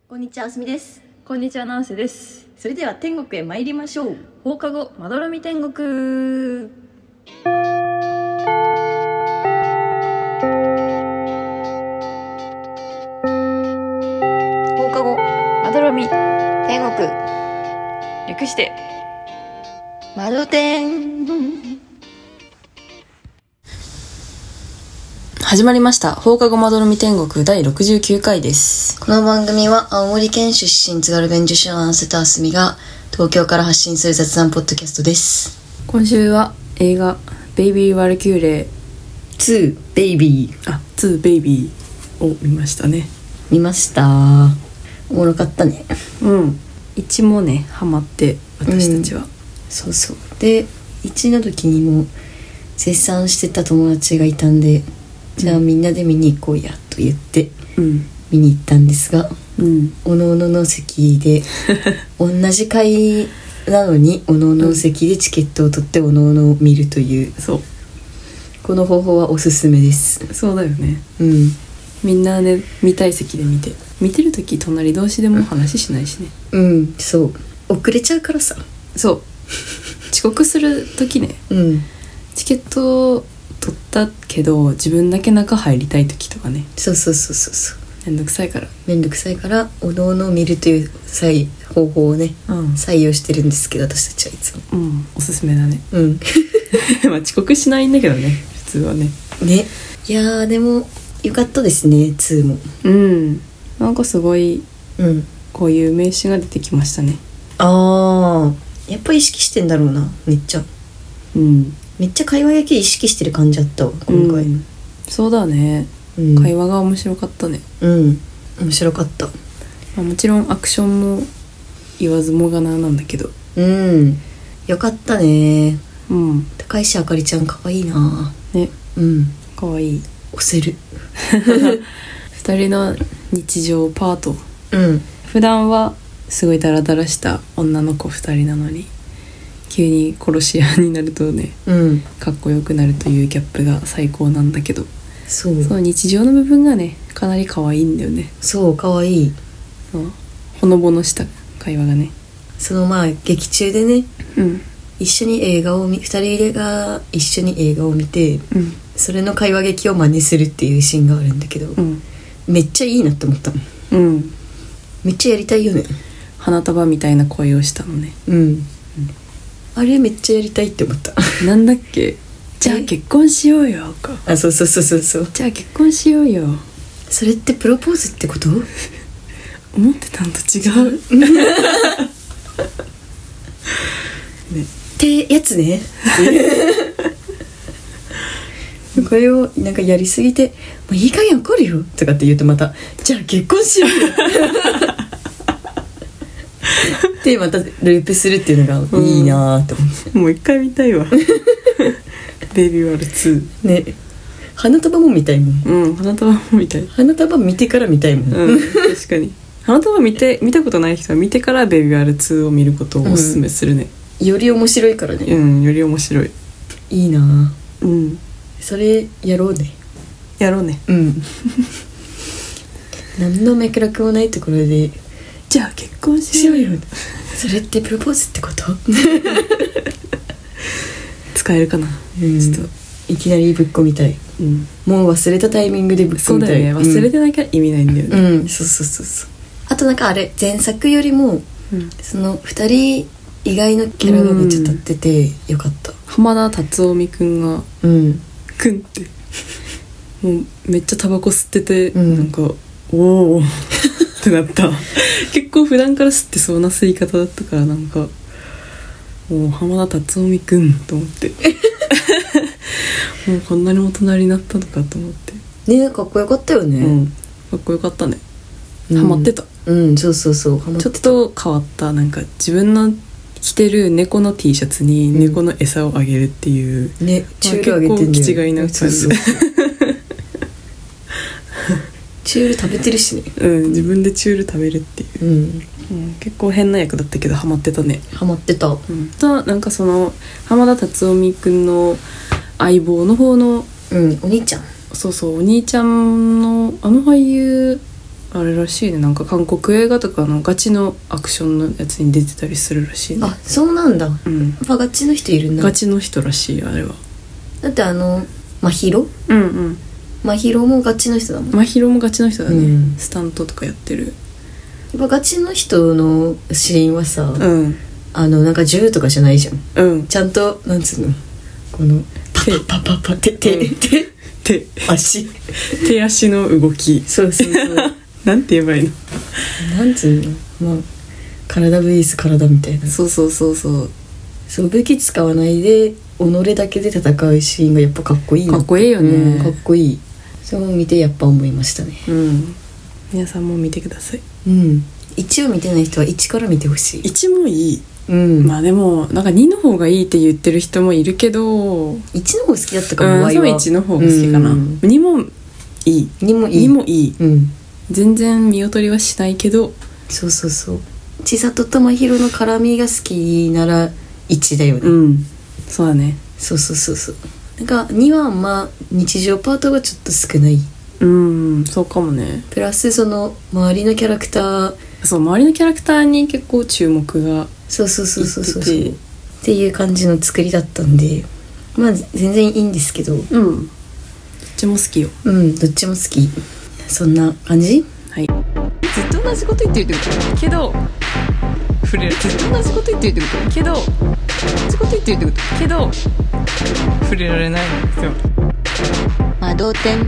こんにちは、あすみです。 こんにちは、ナンセです。 それでは天国へ参りましょう。 放課後まどろみ天国。放課後まどろみ天国、略してまど天。 始まりました。放課後まどろみ天国第69回です。 この番組は青森県出身津軽弁女子のナンセとあすみが東京から発信する雑談ポッドキャストです。 今週は映画ベイビーワルキューレ 2ベイビー 2ベイビーを見ましたね。 見ました。おもろかったね。 1もねハマって私たちは、 そうそうで1の時にも絶賛してた友達がいたんで、じゃあみんなで見に行こうやと言って見に行ったんですが、おのおのの席で同じ回なのにおのおの席でチケットを取っておのおの見るという、 そうこの方法はおすすめです。 そうだよね。みんなね見たい席で見てる時隣同士でも話しないしね。 そう遅れちゃうからさ。 そう遅刻する時ね、チケット取ったけど自分だけ中入りたい時とかね。そうめんどくさいからおのおの見るという方法をね、採用してるんですけど、私たちはいつもおすすめだね。まあ遅刻しないんだけどね普通はね。 いやーでもよかったですね2も。 なんかすごい、こういう名詞が出てきましたね。 やっぱ意識してんだろうな、めっちゃ会話劇意識してる感じだったわ今回。 そうだね、会話が面白かったね。 面白かった。 もちろんアクションも言わずもがななんだけど、 よかったね。高石あかりちゃんかわいいなね。かわいい。 押せる 2人の日常パート、普段はすごいダラダラした女の子2人なのに急に殺し屋になるとね、かっこよくなるというギャップが最高なんだけど、その日常の部分がねかなり可愛いんだよね。 そう可愛い。 ほのぼのした会話がね。 劇中でね、2人が一緒に映画を見て、それの会話劇を真似するっていうシーンがあるんだけど、めっちゃいいなって思ったの。めっちゃやりたいよね。 花束みたいな声をしたのね。 あれめっちゃやりたいって思った。 なんだっけ、じゃあ結婚しようよか。 そうじゃあ結婚しようよ。それってプロポーズってこと？ 思ってたんと違うってやつねこれをなんかやりすぎてもういい加減怒るよとかって言うと、またじゃあ結婚しようよでまたループするっていうのがいいなと思って、 もう一回見たいわベイビーワール2 ね。花束も見たいもん。 花束も見たい。 花束見てから見たいもん。 確かに花束見たことない人は見てからベイビーワール2を見ることをおすすめするね。 より面白いからね。 より面白い。 いいな。それやろうね。何の脈絡もないところでじゃあ結婚しようよ。 それってプロポーズってこと？ 使えるかな。ちょっといきなりぶっ込みたい。もう忘れたタイミングでぶっ込みたい。 そうだよね、忘れてなきゃ意味ないんだよね。 そうあとなんかあれ前作よりも、その2人以外のキャラがめっちゃ立っててよかった。 浜田辰臣くんがくんってもうめっちゃタバコ吸ってて、なんかおーってなった結構普段から吸ってそうな吸い方だったから、なんかもう浜田辰臣くんと思ってもうこんなに大人になったのかと思ってね。かっこよかったよね。 かっこよかったね。ハマってた。 そうハマってた。 ちょっと変わった。なんか自分の着てる猫の T シャツに猫の餌をあげるっていうね、チュールあげてんだよ。 結構気違いな感じチュール食べてるしね。 自分でチュール食べるっていう、結構変な役だったけどハマってたね。 ハマってた。 なんかその浜田辰臣くんの相棒の方の、 お兄ちゃん。 お兄ちゃんのあの俳優あれらしいね、なんか韓国映画とかのガチのアクションのやつに出てたりするらしいね。 あ、そうなんだ。 うん、 やっぱガチの人いるんだ。 ガチの人らしいあれは。 だってまひろ、 うんうん、 まひろもガチの人だもん。 まひろもガチの人だね、 うん、 スタントとかやってる。 やっぱガチの人のシーンはさ、 うん、 なんか銃とかじゃないじゃん、 うん、 ちゃんとなんつうの、このパパパパパ手足手足の動き、 そうそうそうなんて言えばいいの、 なんつうの、まあ体 vs 体みたいな。 そうそうそうそう、 そう武器使わないで己だけで戦うシーンがやっぱかっこいいな。 かっこいいよね、 うん、かっこいい。それを見てやっぱ思いましたね。 うん、皆さんも見てください。 うん、1を見てない人は1から見てほしい。 1もいい、 うん、 まあでもなんか2の方がいいって言ってる人もいるけど、 1の方好きだったかも、 うん、そう1の方が好きかな、うん、2もいい、 2もいい、 2もいい、 うん、 全然見劣りはしないけど、 そうそうそう、千里と真宙の絡みが好きなら1だよね。 うん、そうだね。 そうそうそうそう、なんか2はまあ日常パートがちょっと少ない。 うん、そうかもね。 プラスその周りのキャラクター、 そう、周りのキャラクターに結構注目がそうそうそうそうそうっていう感じの作りだったんで、まあ全然いいんですけど、うん、 どっちも好きよ。 うん、どっちも好き。そんな感じ。 はい。ずっと同じこと言ってるけど触れる。ずっと同じこと言ってるけど同じこと言ってるけど触れられないんですよ。 まあ同点。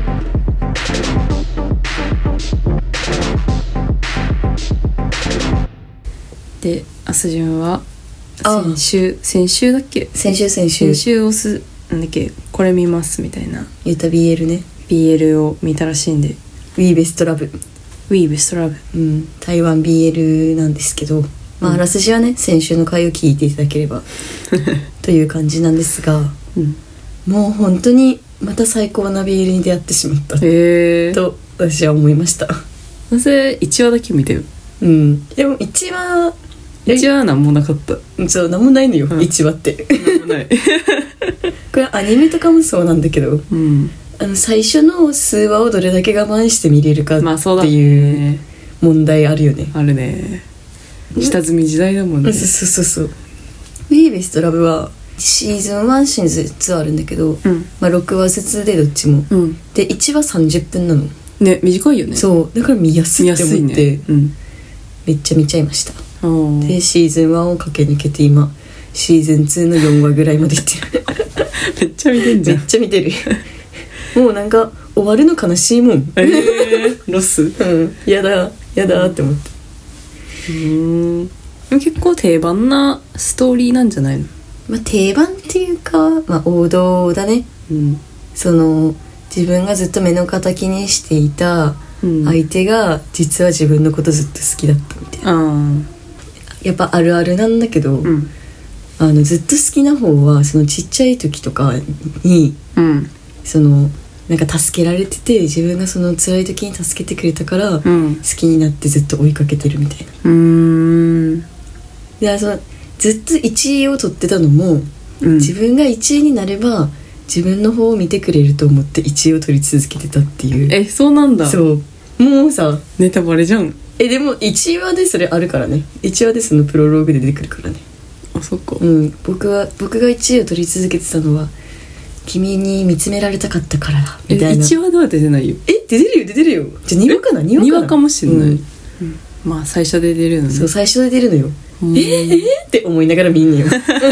で、アスジュンは先週だっけ、先週なんだっけ、これ見ますみたいな言った BL ね、 BL を見たらしいんで、 We Best Love、 We Best Love、 うん、台湾 BL なんですけど、まああらすじはね先週の回を聞いていただければという感じなんですが、うん、もう本当にまた最高な BL に出会ってしまったと私は思いました。 なぜ1話だけ見てよ。 うん、でも1話は何もなかった。 そう何もないのよ、うん、1話って何もないこれアニメとかもそうなんだけど、うん、最初の数話をどれだけ我慢して見れるかっていう問題あるよね。 あるね、下積み時代だもんね。 そう We Best Love はシーズン1シーズン2あるんだけど、うん、まあ、6話ずつでどっちも、うん、で1話30分なのね、短いよね。 そうだから見やすいって思って、ね、うん、めっちゃ見ちゃいました。でシーズン1を駆け抜けて今シーズン2の4話ぐらいまでいってるめっちゃ見てんじゃん。 めっちゃ見てるもうなんか終わるの悲しいもんロス、 うん、やだって思って。 結構定番なストーリーなんじゃないの。 まあ、定番っていうか、まあ、王道だね、うん、その自分がずっと目の敵にしていた相手が実は自分のことずっと好きだったみたいな、うん、やっぱあるあるなんだけど、うん、ずっと好きな方はそのちっちゃい時とかに、うん、そのなんか助けられてて自分がその辛い時に助けてくれたから、うん、好きになってずっと追いかけてるみたいな。でそのずっと1位を取ってたのも、うん、自分が1位になれば自分の方を見てくれると思って1位を取り続けてたっていう。 そうなんだ。 そうもうさネタバレじゃん。 でも1話でそれあるからね。1話でそのプロローグで出てくるからね。 あ、そっか。 うん、僕が1位を取り続けてたのは君に見つめられたかったからだみたいな。 1話では出てないよ。 出てるよ。じゃあ2話かな。 2話かもしれない、うん、まあ最初で出るのね。 そう最初で出るのよ。って思いながら見んのよ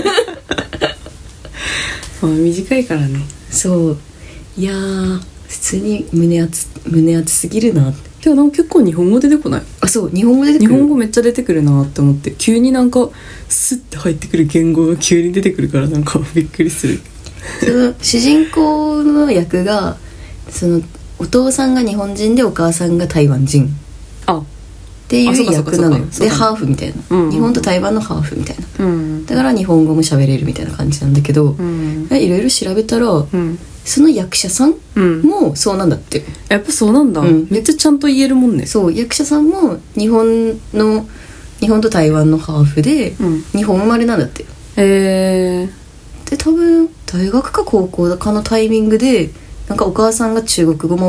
短いからね。 そういやー普通に胸熱すぎるなって。 でもなんか結構日本語出てこない？ あ、そう日本語出てくる。 日本語めっちゃ出てくるなって思って、急になんかスッて入ってくる言語が急に出てくるからなんかびっくりするその主人公の役がそのお父さんが日本人でお母さんが台湾人っていう役なのよ。でハーフみたいな、うんうん、日本と台湾のハーフみたいな、うん、だから日本語も喋れるみたいな感じなんだけど、うん、いろいろ調べたら、うん、その役者さんもそうなんだって、 やっぱそうなんだ、うん、めっちゃちゃんと言えるもんね。 そう役者さんも日本と台湾のハーフで、うん、日本生まれなんだって。で多分大学か高校かのタイミングでなんかお母さんが中国語も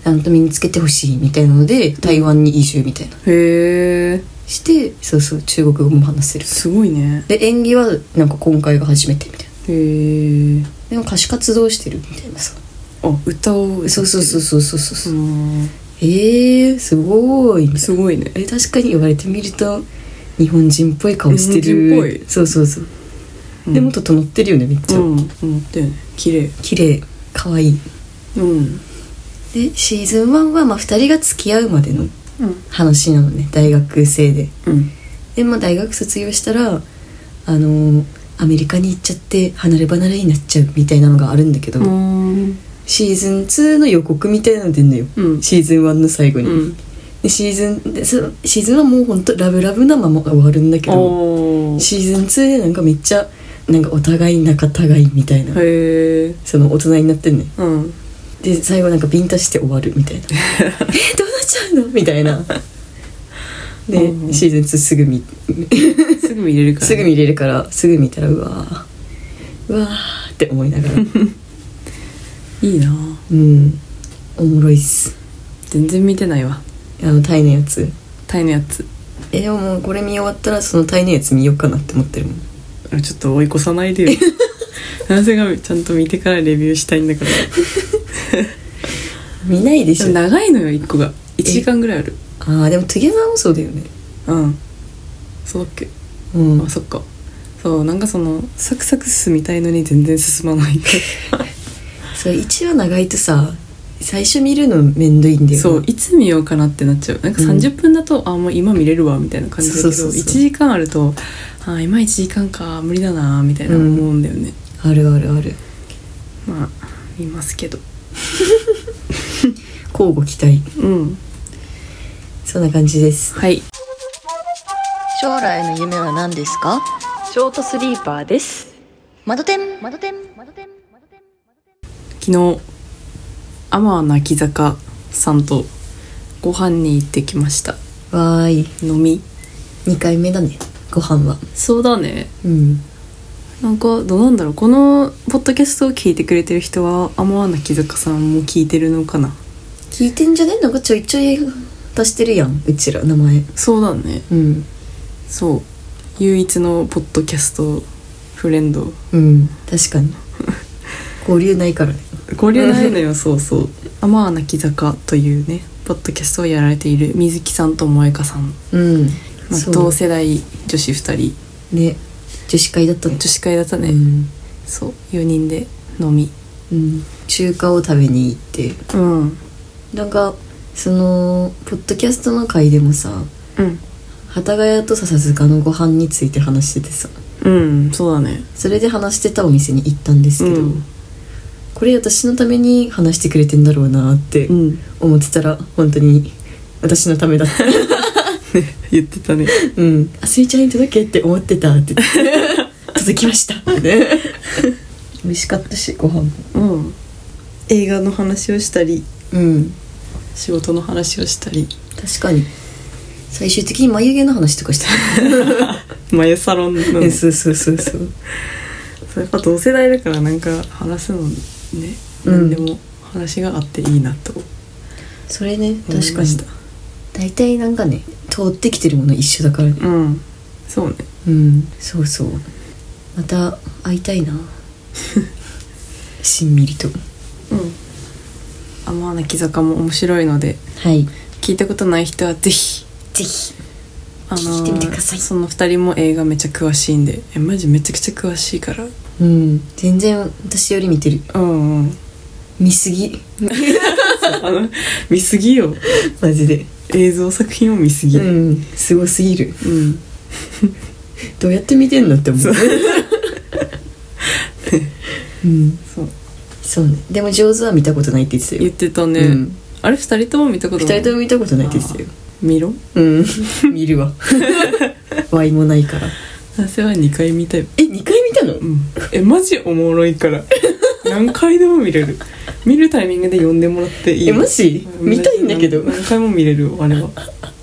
ちゃんと身につけてほしいみたいなので台湾に移住みたいな、 へえしてそうそう中国語も話せる。 すごいね。 で演技はなんか今回が初めてみたいな。 へえでも歌手活動してるみたいなさ。 あ歌をそうそうそうそうそうそう。すごい、 すごいね。 確かに言われてみると日本人っぽい顔してる。 日本人っぽい。 そうそうそう、でも整ってるよねめっちゃ。 整ってるね。綺麗可愛い。でシーズン1はまあ2人が付き合うまでの話なのね、大学生で。でも大学卒業したらアメリカに行っちゃって離れ離れになっちゃうみたいなのがあるんだけど、シーズン2の予告みたいなの出んのよ、シーズン1の最後に、でシーズンはもうほんとラブラブなまま終わるんだけど、シーズン2でなんかめっちゃなんかお互い仲違いみたいな、その大人になってんね、で最後なんかビンタして終わるみたいなどうなっちゃうのみたいなで、シーズン2すぐ見れるから、すぐ見れるからすぐ見たらうわーって思いながらいいな。 おもろいっす。 全然見てないわ。 タイのやつ。でももうこれ見終わったらそのタイのやつ見ようかなって思ってるもん。 ちょっと追い越さないでよ男性がちゃんと見てからレビューしたいんだから見ないでしょ。 長いのよ1個が1時間ぐらいある。 でもトゥゲザーもそうだよね。 そうだっけ。そっか。そうなんかそのサクサク進みたいのに全然進まないからそう1話長いとさ最初見るのめんどいんだよ。 そういつ見ようかなってなっちゃう。なんか30分だと、もう今見れるわみたいな感じだけど、1時間あると今1時間か無理だなみたいな思うんだよね。 あるあるある。 まあ見ますけど交互期待。そんな感じです。 はい。 将来の夢は何ですか？ ショートスリーパーです。 窓店。 昨日天泣き坂さんとご飯に行ってきました。 わーい。 飲み 2回目だねご飯は。 そうだね。なんかどうなんだろう、このポッドキャストを聞いてくれてる人は天泣き坂さんも聞いてるのかな。 聞いてんじゃね。なんかちょいちょい出してるやんうちら名前。 そうだね。そう唯一のポッドキャストフレンド。 確かに交流ないからね。 交流ないのよそうそう。天泣き坂というねポッドキャストをやられている水木さんと萌香さん、同世代女子2人ね。女子会だったね。 そう4人で飲み、 中華を食べに行って、なんかそのポッドキャストの会でもさ、幡ヶ谷と笹塚のご飯について話しててさ、 そうだね。 それで話してたお店に行ったんですけど、これ私のために話してくれてんだろうなって思ってたら、本当に私のためだった言ってたね。 あすみちゃんに届けって思ってたって届きました美味しかったしご飯も、 映画の話をしたり、仕事の話をしたり。 確かに最終的に眉毛の話とかして眉サロンのそうやっぱ同世代だからなんか話すのね、何でも話があっていいなと。 それね確かに大体なんかね通ってきてるもの一緒だからね。 そうね。 そうまた会いたいなしんみりと。 天泣き坂も面白いので、聞いたことない人はぜひ聞いてみてください。 その2人も映画めっちゃ詳しいんで、マジめちゃくちゃ詳しいから。 全然私より見てる。見すぎ見すぎよマジで。 映像作品を見すぎる。 すごすぎる。どうやって見てんのって思う。そうね。でも上手は見たことないって言ってたよ。 言ってたね。あれ2人とも見たことない。 2人とも見たことないって言ってたよ。 見ろ。 見るわワイもないから。 私は2回見たよ。 2回見たの？ マジおもろいから何回でも見れる。見るタイミングで呼んでもらっていい？ マジ？見たいんだけど。 何回も見れるあれは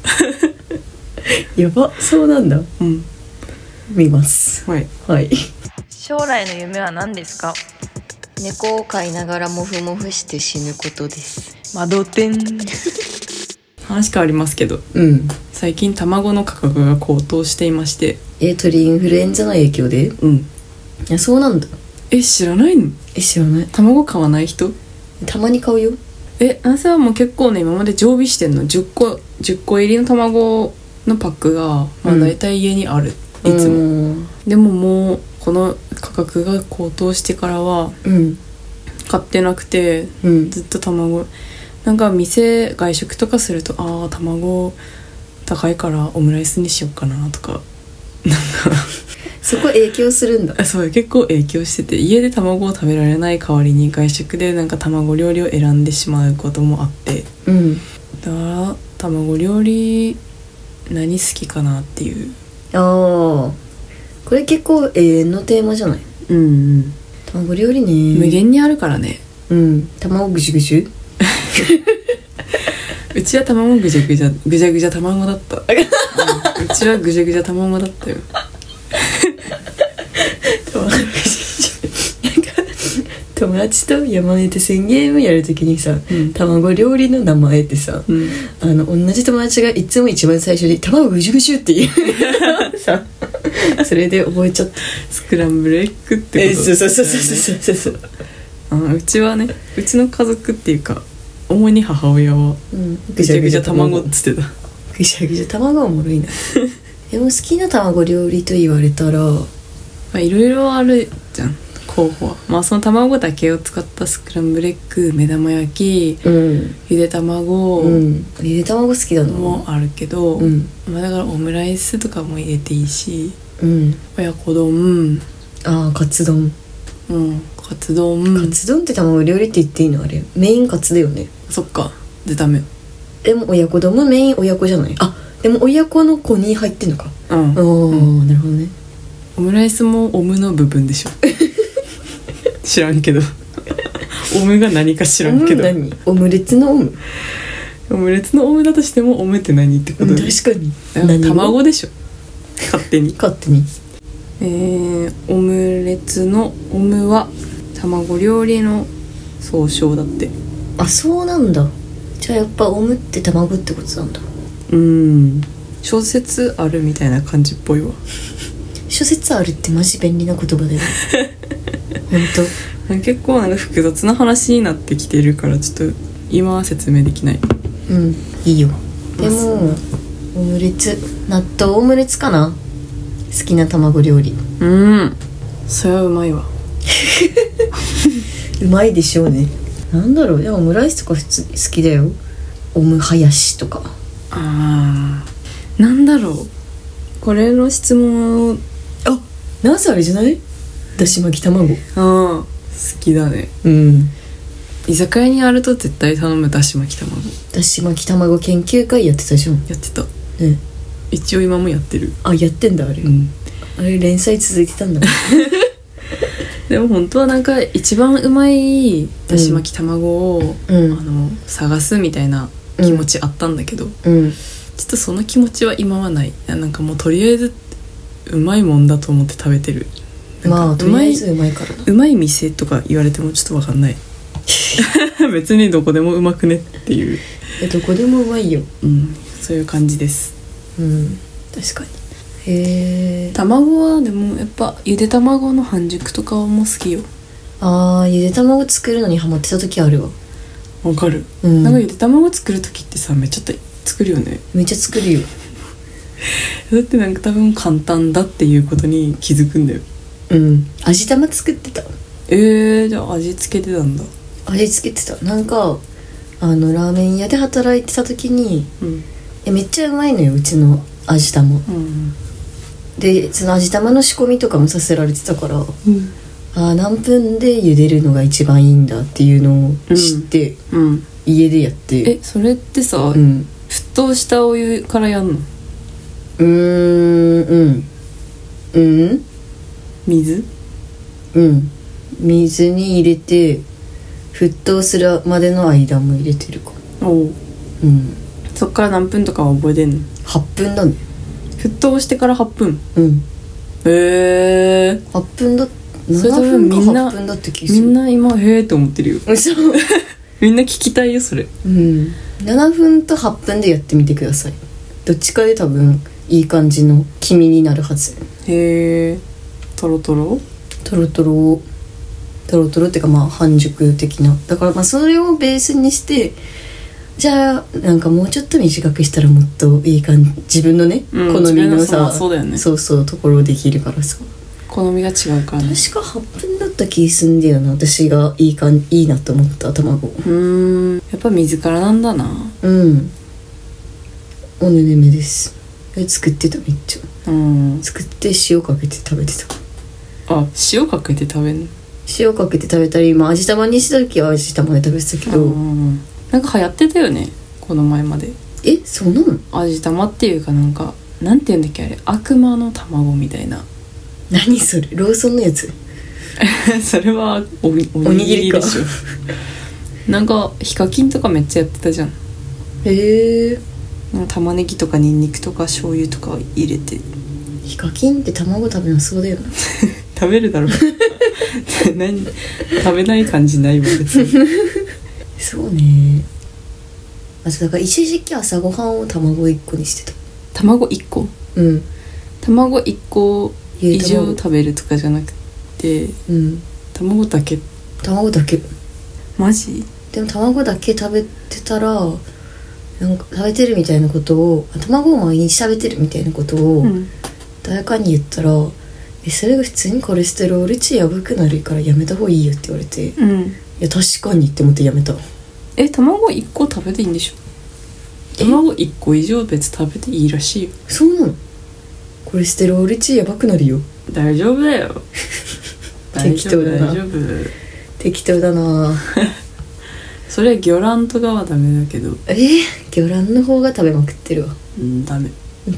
やば、そうなんだ。見ます。 はい。 将来の夢は何ですか？ 猫を飼いながらモフモフして死ぬことです。 窓店話変わりますけど、最近卵の価格が高騰していまして。 鳥インフルエンザの影響で？いや、そうなんだ。 知らないの？ 知らない。 卵買わない人？ たまに買うよ。 あんさはもう結構ね、今まで常備してんの。10個入りの卵のパックがだいたい家にある、いつも。でももうこの価格が高騰してからは買ってなくて、ずっと卵なんか外食とかすると卵高いからオムライスにしようかなとか、なんかそこ影響するんだ。 そう、結構影響してて、家で卵を食べられない代わりに外食でなんか卵料理を選んでしまうこともあって、だから卵料理何好きかなっていう。 これ結構永遠のテーマじゃない？卵料理ね、 無限にあるからね。 卵ぐしゅぐしゅうちは卵ぐじゃぐじゃ卵だった。うちはぐじゃぐじゃ卵だったよ。 友達と山根で宣言をやるときにさ、卵料理の名前ってさ、同じ友達がいつも一番最初に卵ぐしゅぐしゅって言うさ、それで覚えちゃった。 スクランブルエッグってこと。そう。うちはね、うちの家族っていうか主に母親はぐじゃぐじゃ卵っつってた。 ぐじゃぐじゃ卵おもろいな。でも好きな卵料理と言われたらいろいろあるじゃん、候補は。その卵だけを使ったスクランブルエッグ、目玉焼き、ゆで卵、 ゆで卵好きだなもあるけど、だからオムライスとかも入れていいし、親子丼、 カツ丼、 カツ丼って卵料理って言っていいの？あれメインカツだよね。 そっか、でダメ。 でも親子丼もメイン親子じゃない？でも親子の子に入ってんのか。なるほどね。 オムライスもオムの部分でしょ。知らんけど。オムが何か知らんけど。 何？オムレツのオム。 オムレツのオムだとしてもオムって何ってことで。 確かに。 卵でしょ。勝手に。オムレツのオムは卵料理の総称だって。 そうなんだ。じゃあやっぱオムって卵ってことなんだ。 諸説あるみたいな感じっぽいわ。 諸説あるってマジ便利な言葉だよ。本当。結構複雑な話になってきてるからちょっと今は説明できない。 いいよ。でもオムレツ、納豆オムレツかな、好きな卵料理。 それはうまいわ。 うまいでしょうね。なんだろう、でもオムライスとか普通好きだよ。オムハヤシとか。 なんだろう、これの質問、 なぜあれじゃない？だし巻き卵。 好きだね。居酒屋にあると絶対頼むだし巻き卵。 だし巻き卵研究会やってたじゃん。 やってた。一応今もやってる。 やってんだあれ。あれ連載続いてたんだ。 でも本当はなんか一番うまいだし巻き卵を、探すみたいな気持ちあったんだけど、ちょっとその気持ちは今はない。なんかもうとりあえずうまいもんだと思って食べてる。 とりあえずうまいからな。 うまい店とか言われてもちょっと分かんない。別にどこでもうまくねっていう。 どこでもうまいよ。 そういう感じです。 確かに。 卵はでもやっぱゆで卵の半熟とかも好きよ。 ゆで卵作るのにハマってた時あるわ。 わかる。なんかゆで卵作る時ってさ、めっちゃ作るよね。 めっちゃ作るよ。 だってなんか多分簡単だっていうことに気づくんだよ。 味玉作ってた。 じゃあ味付けてたんだ。 味付けてた。なんかラーメン屋で働いてた時に、めっちゃうまいのよ、うちの味玉。でその味玉の仕込みとかもさせられてたから、何分で茹でるのが一番いいんだっていうのを知って、家でやって。 それってさ、沸騰したお湯からやんの？水？ 水に入れて沸騰するまでの間も入れてるか。 そっから何分とかは覚えてんの ？8分だね。 沸騰してから8分。 8分だ。7分か8分だって気がする。 みんな今って思ってるよ。 みんな聞きたいよそれ。 7分と8分でやってみてください。どっちかで多分いい感じの黄身になるはず。 へえ。トロトロトロトロっていうかまあ半熟的な。だからまあそれをベースにして、じゃあなんかもうちょっと短くしたらもっといい感じ、自分のね、好みのさ、 そうだよね、 そうところできるからさ、 好みが違うからね。 確か8分だった気すんだよな。私がいいなと思った卵。 やっぱ水からなんだな。 おねねめです。作ってためっちゃ。作って塩かけて食べてた。 あ、塩かけて食べんの？ 塩かけて食べたり、まあ味玉にした時は味玉で食べてたけど、 なんか流行ってたよねこの前まで。 そうなの？ 味玉っていうかなんかなんて言うんだっけあれ、悪魔の卵みたいな。 何それ？ローソンのやつ？ それはおにぎりでしょ。なんかヒカキンとかめっちゃやってたじゃん。 へえ。 玉ねぎとかニンニクとか醤油とか入れて。 ヒカキンって卵食べなそうだよな。 食べるだろ。何食べない感じないわ別に。 そうね。だから一時期朝ごはんを卵1個にしてた。 卵1個？卵1個以上食べるとかじゃなくて、卵だけ。マジ？ でも卵だけ食べてたらなんか食べてるみたいなことを、卵を毎日食べてるみたいなことを誰かに言ったら、それが普通にコレステロール値やばくなるからやめた方がいいよって言われて、いや確かにって思ってやめた。 卵1個食べていいんでしょ？卵1個以上別食べていいらしいよ。 そうなの？コレステロール値やばくなるよ。 大丈夫だよ。 適当だな。 大丈夫。 適当だな。 それ魚卵とかはダメだけど。 魚卵の方が食べまくってるわ。 ダメ。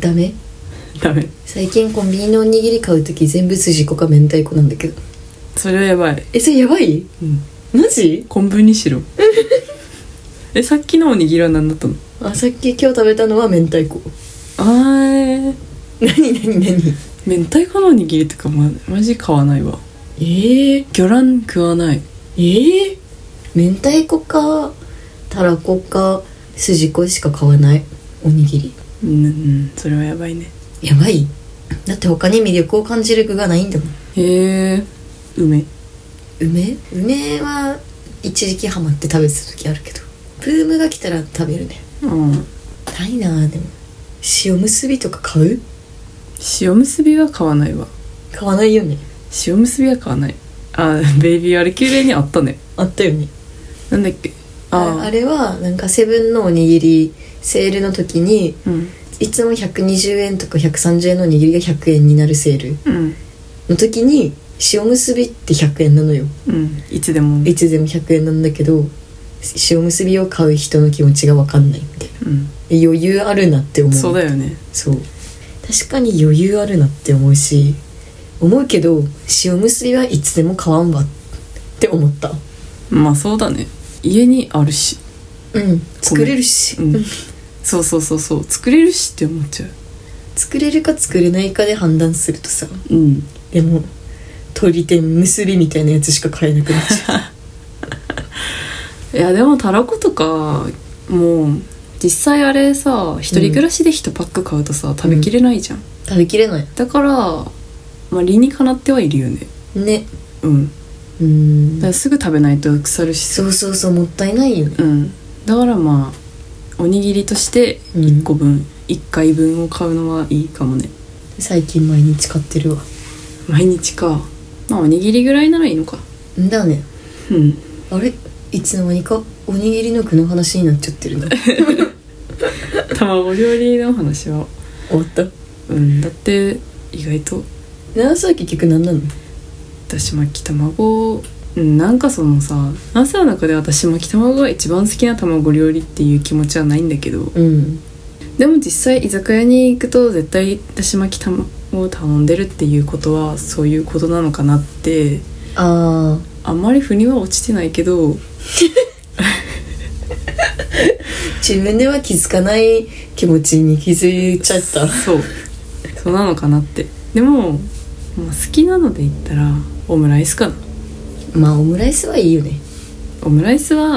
最近コンビニのおにぎり買うとき全部筋子か明太子なんだけど。 それはやばい。 それやばい？マジ？ 昆布にしろ。さっきのおにぎりは何だったの？ さっき今日食べたのは明太子。何明太子のおにぎりとかマジ買わないわ。魚卵食わない。 明太子かたらこか筋子しか買わないおにぎり。 それはやばいね。 やばい？だって他に魅力を感じる具がないんだもん。 梅は一時期ハマって食べてた時あるけど、ブームが来たら食べるね。ないな。でも塩むすびとか買う？ 塩むすびは買わないわ。 買わないよね。 塩むすびは買わない。ベイビーアルキューレにあったね。 あったよね。 なんだっけ？ あれはなんかセブンのおにぎりセールの時に、いつも120円とか130円のおにぎりが100円になるセールの時に、塩むすびって100円なのよ。 いつでも 100円なんだけど、塩むすびを買う人の気持ちが分かんないみたいな、余裕あるなって思う。 そうだよね。 そう確かに余裕あるなって思うけど、塩むすびはいつでも買わんわって思った。 まあそうだね。家にあるし、 作れるし、 そう作れるしって思っちゃう。 作れるか作れないかで判断するとさ、でも鶏天むすびみたいなやつしか買えなくなっちゃう。いやでもたらことかもう実際あれさ、一人暮らしで1パック買うとさ、食べきれないじゃん。 食べきれない。 だから理にかなってはいるよね。だからすぐ食べないと腐るし。 そうもったいないよね。 だからおにぎりとして1個分、1回分を買うのはいいかもね。 最近毎日買ってるわ。 毎日か。おにぎりぐらいならいいのか。 だね。あれいつの間にかおにぎりの具の話になっちゃってるな。 卵料理の話は終わった。 だって意外とナスは結局何なの？ だし巻き卵。なんかそのさ、ナスの中で私巻き卵が一番好きな卵料理っていう気持ちはないんだけど、でも実際居酒屋に行くと絶対だし巻き卵を頼んでるっていうことはそういうことなのかなって。あんまり腑には落ちてないけど自分では気づかない気持ちに気づいちゃった。 そうなのかなって。でも、好きなので言ったらオムライスかな。 オムライスはいいよね。 オムライスは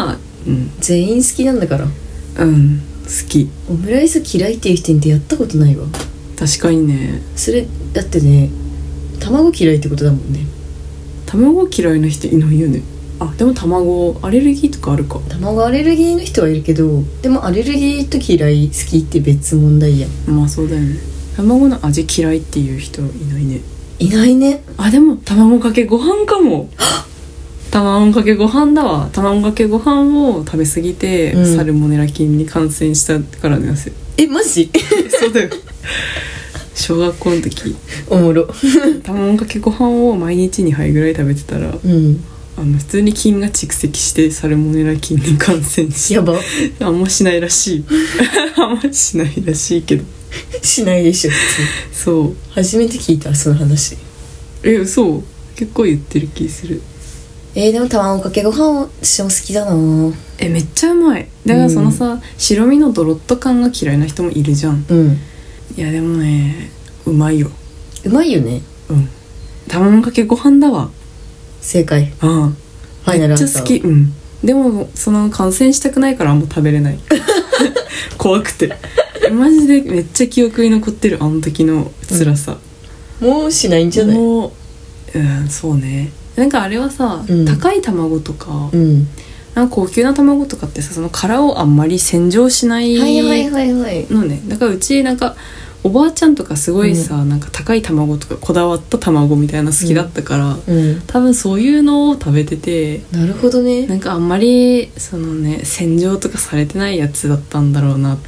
全員好きなんだから。 うん好き。 オムライス嫌いっていう人に出会ったことないわ。 確かにね。 それだってね、卵嫌いってことだもんね。 卵嫌いな人いないよね。あ、でも卵アレルギーとかあるか。 卵アレルギーの人はいるけど、でもアレルギーと嫌い好きって別問題やん。 まあそうだよね。卵の味嫌いっていう人いないね。 いないね。 あ、でも卵かけご飯かも。卵かけご飯だわ。卵かけご飯を食べ過ぎて、サルモネラ菌に感染したからなんですよ。 マジ？ そうだよ。小学校の時おもろ。 卵かけご飯を毎日2杯ぐらい食べてたら、普通に菌が蓄積してサルモネラ菌に感染し、 やば。 あんましないらしい。あんましないらしいけど。 しないでしょ。 そう。 初めて聞いたその話。 嘘？結構言ってる気する。 でも卵かけご飯私も好きだな。 めっちゃうまい。だからそのさ、白身のドロッと感が嫌いな人もいるじゃん。いやでもね、うまいよ。 うまいよね。 卵かけご飯だわ。 正解。 ファイナルアンサー。めっちゃ好き。でもその感染したくないからあんま食べれない。怖くて。マジでめっちゃ記憶に残ってる、あの時の辛さ。 もうしないんじゃない？ もうそうね。なんかあれはさ、高い卵とか、なんか高級な卵とかってさ、その殻をあんまり洗浄しないのね。だからうちなんかおばあちゃんとかすごいさ、なんか高い卵とかこだわった卵みたいな好きだったから、多分そういうのを食べてて。 なるほどね。 なんかあんまりそのね、洗浄とかされてないやつだったんだろうなって。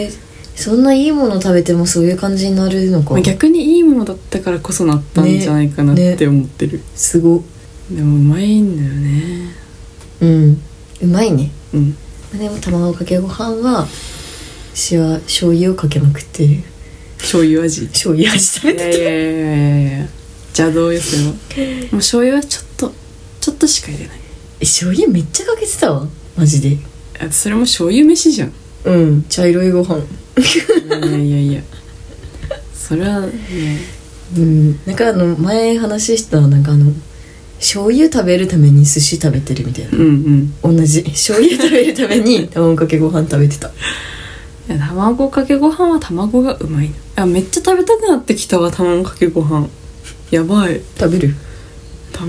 そんないいもの食べてもそういう感じになるのか。 逆にいいものだったからこそなったんじゃないかなって思ってる。 すご。 でもうまいんだよね。 うまいね。でも卵かけご飯は私は醤油をかけまくってる。 醤油味食べてて。 いや邪道よそれは。もう醤油はちょっとしか入れない。 醤油めっちゃかけてたわマジで。 それも醤油飯じゃん。 茶色いご飯。 いやそれはね。 なんか前話したなんか醤油食べるために寿司食べてるみたいな。同じ醤油食べるために卵かけご飯食べてた。 いや卵かけご飯は卵がうまい。めっちゃ食べたくなってきたわ、卵かけご飯。やばい。 食べる？ フ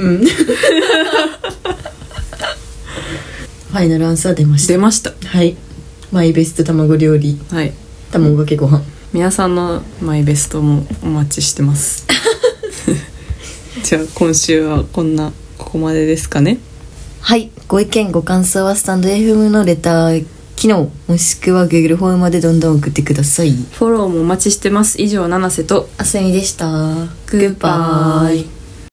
ァイナルアンサー出ました。はい。マイベスト卵料理。 はい。 卵かけご飯。 皆さんのマイベストもお待ちしてます。じゃあ今週はここまでですかね。 はい。ご意見ご感想はスタンド FM のレター機能もしくは Google フォームまでどんどん送ってください。 フォローもお待ちしてます。以上、七瀬とあすみでした。 グッバイ。